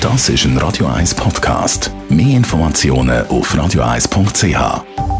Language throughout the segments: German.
Das ist ein Radio 1 Podcast. Mehr Informationen auf radio1.ch.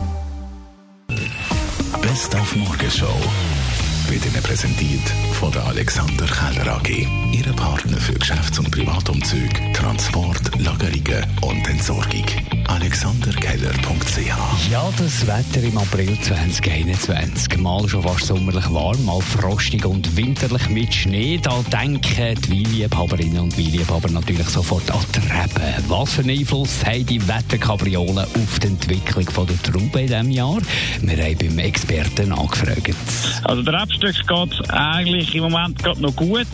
Best auf Morgenshow wird Ihnen präsentiert von der Alexander Keller AG. Ihre Partner für Geschäfts- und Privatumzüge, Transport, Lagerungen und Entsorgung. alexanderkeller.ch. Ja, das Wetter im April 2021. Mal schon fast sommerlich warm, mal frostig und winterlich mit Schnee. Da denken die Weinliebhaberinnen und Weinliebhaber natürlich sofort an die Reben. Was für einen Einfluss haben die Wetterkapriolen auf die Entwicklung der Traube in diesem Jahr? Wir haben beim Experten angefragt. Also der Rebstock geht eigentlich im Moment noch gut.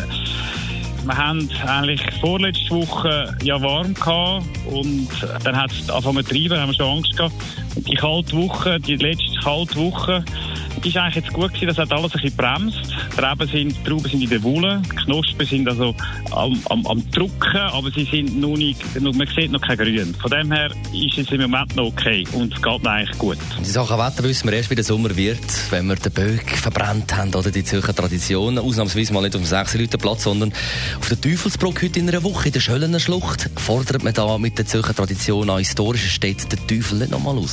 Wir haben eigentlich vorletzte Woche ja warm gehabt und dann hat es angefangen zu treiben, haben wir schon Angst gehabt. Und die kalte Woche, die letzte kalte Woche, die ist eigentlich jetzt gut gewesen, das hat alles ein bisschen bremst. Die Trauben sind in der Wolle, die Knospen sind also am Drucken, aber sie sind noch nicht, man sieht noch kein Grün. Von dem her ist es im Moment noch okay und es geht eigentlich gut. Die Sache Wetter wissen wir erst, wie der Sommer wird, wenn wir den Böck verbrannt haben oder die Zürcher Tradition. Ausnahmsweise mal nicht auf dem 6-Leuten-Platz, sondern auf der Teufelsbrücke heute in einer Woche in der Schöllener Schlucht. Fordert man da mit der Zürcher Tradition an historischen Städten den Teufel nicht nochmal raus?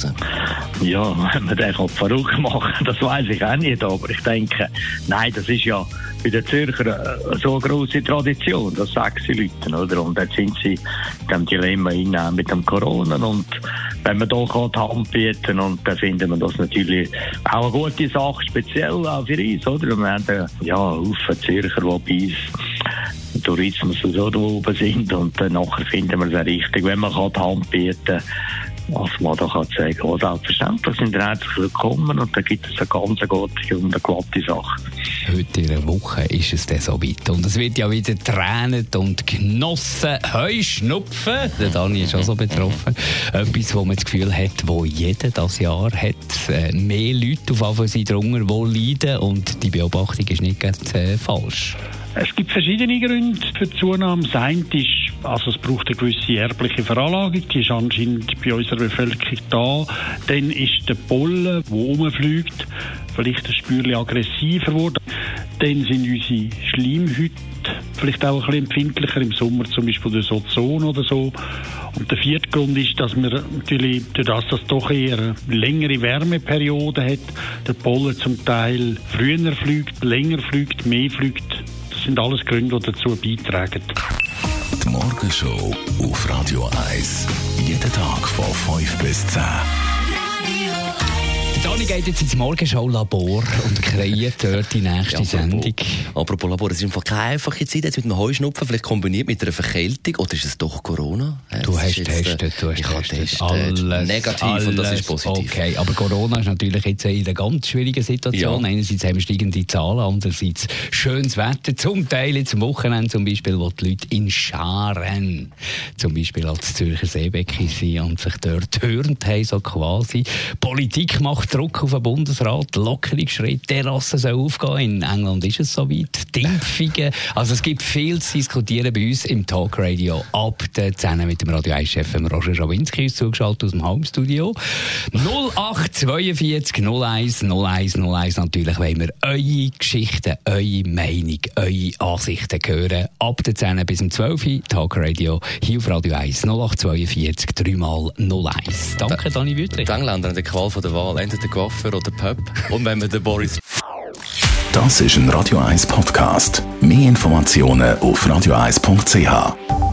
Ja, wenn man den verrückt machen, das weiss ich auch nicht, aber ich denke, nein, das ist ja bei den Zürcher so eine grosse Tradition, das sagen sie Leute, oder? Und jetzt sind sie in diesem Dilemma hinein mit dem Corona und wenn man da die Hand bieten und dann finden wir das natürlich auch eine gute Sache, speziell auch für uns, oder? Und wir haben ja Haufen Zürcher, die bei uns Tourismus und so da oben sind und dann nachher finden wir es richtig, wenn man die Hand bieten kann, was man da kann sagen kann. Selbstverständlich sind wir herzlich willkommen und da gibt es eine ganz gute und eine glatte Sache. Heute in einer Woche ist es dann so weit. Und es wird ja wieder tränet und genossen. Heuschnupfen. Der Dani ist auch so betroffen. Etwas, wo man das Gefühl hat, wo jeder das Jahr hat. Mehr Leute auf Anfang sind drunter, die leiden. Und die Beobachtung ist nicht ganz falsch. Es gibt verschiedene Gründe für die Zunahme. Das eine ist, also es braucht eine gewisse erbliche Veranlagung, die ist anscheinend bei unserer Bevölkerung da. Dann ist der Pollen, der rumfliegt, vielleicht ein Spürchen aggressiver geworden. Dann sind unsere Schleimhäute vielleicht auch ein bisschen empfindlicher im Sommer, zum Beispiel durch Ozon oder so. Und der vierte Grund ist, dass wir natürlich, dadurch, dass es doch eher eine längere Wärmeperiode hat, der Pollen zum Teil früher fliegt, länger fliegt, mehr fliegt. Das sind alles Gründe, die dazu beitragen. Die Morgenshow auf Radio 1. Jeden Tag von 5 bis 10. Dani geht jetzt ins Morgenshow-Labor und kreiert dort die nächste Sendung. Apropos Labor, es ist einfach keine einfache Zeit jetzt mit einem Heuschnupfen, vielleicht kombiniert mit einer Verkältung. Oder ist es doch Corona? Du hast getestet. Alles negativ und das ist positiv. Okay, aber Corona ist natürlich jetzt in einer ganz schwierigen Situation. Ja. Einerseits haben wir steigende Zahlen, andererseits schönes Wetter. Zum Teil jetzt am Wochenende zum Beispiel, wo die Leute in Scharen zum Beispiel als Zürcher Seebecken sind und sich dort gehört haben, so quasi. Politik macht Druck auf den Bundesrat, Lockerungsschritt, Terrassen soll aufgehen. In England ist es soweit. Die Impfungen. Also es gibt viel zu diskutieren bei uns im Talkradio ab der 10 mit dem Radio 1-Chef Roger Schawinski ist zugeschaltet aus dem Homestudio. 0842 01 01 01. Natürlich wollen wir eure Geschichten, eure Meinung, eure Ansichten hören. Ab der 10 bis zum 12 Talkradio hier auf Radio 1 0842 3x01. Danke, Dani Wüttrich. Die Engländer haben die Qual von der Wahl. Entweder Coiffeur oder Pub. Und wenn wir den Boris... Das ist ein Radio 1 Podcast. Mehr Informationen auf radio1.ch.